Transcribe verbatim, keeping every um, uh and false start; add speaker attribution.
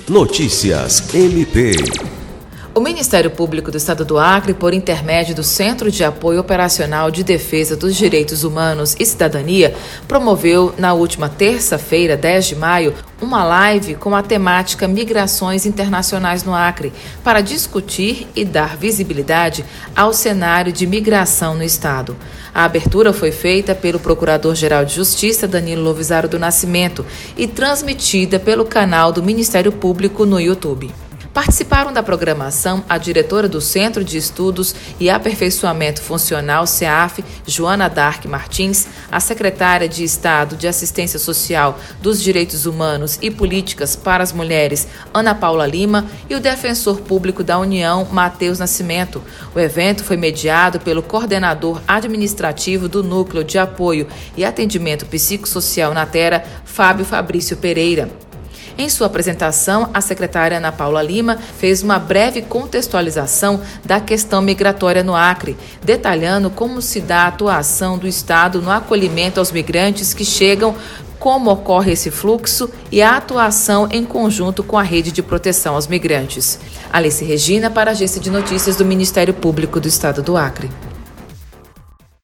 Speaker 1: Notícias M P.
Speaker 2: O Ministério Público do Estado do Acre, por intermédio do Centro de Apoio Operacional de Defesa dos Direitos Humanos e Cidadania, promoveu na última terça-feira, dez de maio, uma live com a temática Migrações Internacionais no Acre, para discutir e dar visibilidade ao cenário de migração no Estado. A abertura foi feita pelo Procurador-Geral de Justiça, Danilo Lovisaro do Nascimento, e transmitida pelo canal do Ministério Público no YouTube. Participaram da programação a diretora do Centro de Estudos e Aperfeiçoamento Funcional, CEAF, Joana Dark Martins, a secretária de Estado de Assistência Social dos Direitos Humanos e Políticas para as Mulheres, Ana Paula Lima, e o defensor público da União, Matheus Nascimento. O evento foi mediado pelo coordenador administrativo do Núcleo de Apoio e Atendimento Psicossocial na Terra, Fábio Fabrício Pereira. Em sua apresentação, a secretária Ana Paula Lima fez uma breve contextualização da questão migratória no Acre, detalhando como se dá a atuação do Estado no acolhimento aos migrantes que chegam, como ocorre esse fluxo e a atuação em conjunto com a Rede de Proteção aos Migrantes. Alice Regina, para a Agência de Notícias do Ministério Público do Estado do Acre.